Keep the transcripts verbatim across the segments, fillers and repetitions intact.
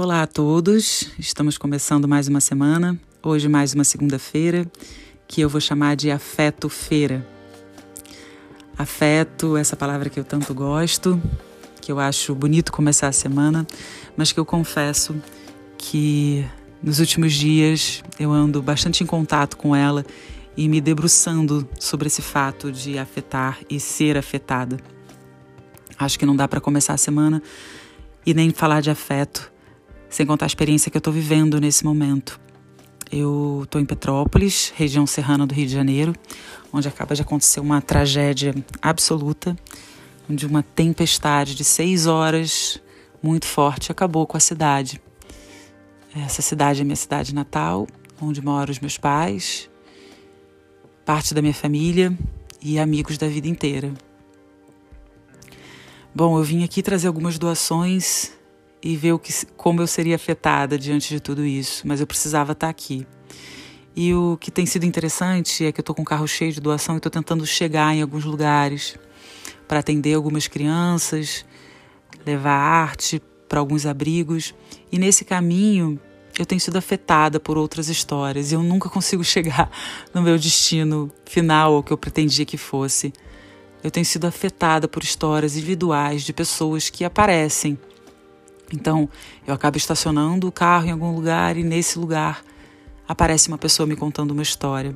Olá a todos, estamos começando mais uma semana, hoje mais uma segunda-feira, que eu vou chamar de Afeto-feira. Afeto, essa palavra que eu tanto gosto, que eu acho bonito começar a semana, mas que eu confesso que nos últimos dias eu ando bastante em contato com ela e me debruçando sobre esse fato de afetar e ser afetada. Acho que não dá para começar a semana e nem falar de afeto sem contar a experiência que eu estou vivendo nesse momento. Eu estou em Petrópolis, região serrana do Rio de Janeiro, onde acaba de acontecer uma tragédia absoluta, onde uma tempestade de seis horas, muito forte, acabou com a cidade. Essa cidade é minha cidade natal, onde moram os meus pais, parte da minha família e amigos da vida inteira. Bom, eu vim aqui trazer algumas doações e ver o que, como eu seria afetada diante de tudo isso, mas eu precisava estar aqui. E o que tem sido interessante é que eu estou com um carro cheio de doação e estou tentando chegar em alguns lugares para atender algumas crianças, levar arte para alguns abrigos. E nesse caminho eu tenho sido afetada por outras histórias e eu nunca consigo chegar no meu destino final, o que eu pretendia que fosse. Eu tenho sido afetada por histórias individuais de pessoas que aparecem. Então, eu acabo estacionando o carro em algum lugar e nesse lugar aparece uma pessoa me contando uma história.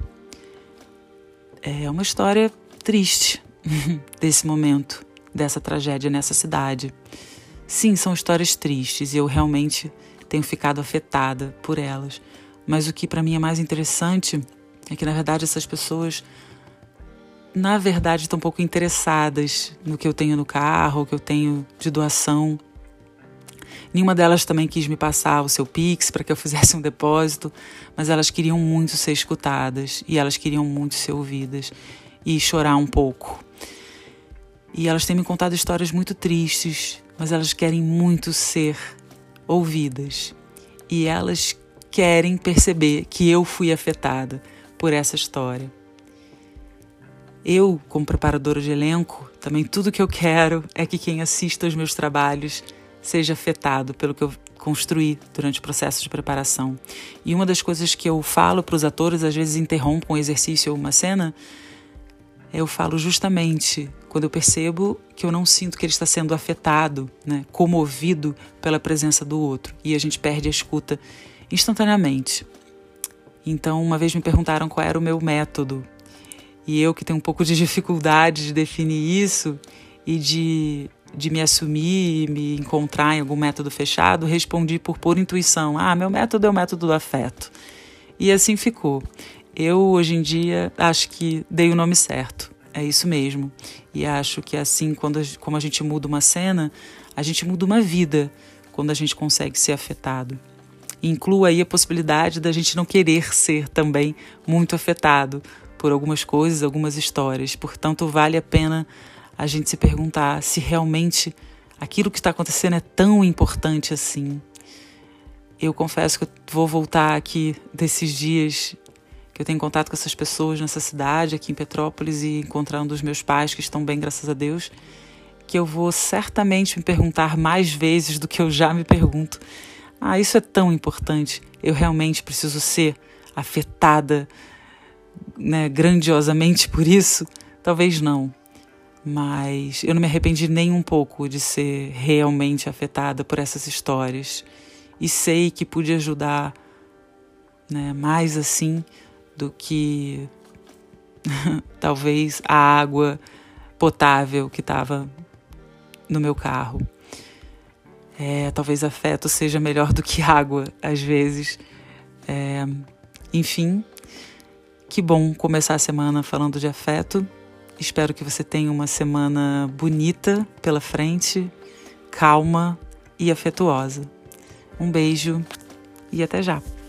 É uma história triste desse momento, dessa tragédia nessa cidade. Sim, são histórias tristes e eu realmente tenho ficado afetada por elas. Mas o que para mim é mais interessante é que, na verdade, essas pessoas, na verdade, estão um pouco interessadas no que eu tenho no carro, o que eu tenho de doação. Nenhuma delas também quis me passar o seu Pix para que eu fizesse um depósito, mas elas queriam muito ser escutadas e elas queriam muito ser ouvidas e chorar um pouco. E elas têm me contado histórias muito tristes, mas elas querem muito ser ouvidas. E elas querem perceber que eu fui afetada por essa história. Eu, como preparadora de elenco, também tudo que eu quero é que quem assista aos meus trabalhos seja afetado pelo que eu construí durante o processo de preparação. E uma das coisas que eu falo para os atores, às vezes interrompo um exercício ou uma cena, eu falo justamente quando eu percebo que eu não sinto que ele está sendo afetado, né, comovido pela presença do outro. E a gente perde a escuta instantaneamente. Então, uma vez me perguntaram qual era o meu método. E eu, que tenho um pouco de dificuldade de definir isso e de... de me assumir e me encontrar em algum método fechado, respondi por pura intuição. Ah, meu método é o método do afeto. E assim ficou. Eu, hoje em dia, acho que dei o nome certo. É isso mesmo. E acho que assim, quando, como a gente muda uma cena, a gente muda uma vida quando a gente consegue ser afetado. Inclua aí a possibilidade da gente não querer ser também muito afetado por algumas coisas, algumas histórias. Portanto, vale a pena a gente se perguntar se realmente aquilo que está acontecendo é tão importante assim. Eu confesso que eu vou voltar aqui desses dias que eu tenho contato com essas pessoas nessa cidade, aqui em Petrópolis, e encontrar um dos meus pais que estão bem, graças a Deus, que eu vou certamente me perguntar mais vezes do que eu já me pergunto. Ah, isso é tão importante. Eu realmente preciso ser afetada, né, grandiosamente por isso? Talvez não. Mas eu não me arrependi nem um pouco de ser realmente afetada por essas histórias. E sei que pude ajudar, né, mais assim do que talvez a água potável que estava no meu carro. É, talvez afeto seja melhor do que água, às vezes. É, enfim, que bom começar a semana falando de afeto. Espero que você tenha uma semana bonita pela frente, calma e afetuosa. Um beijo e até já!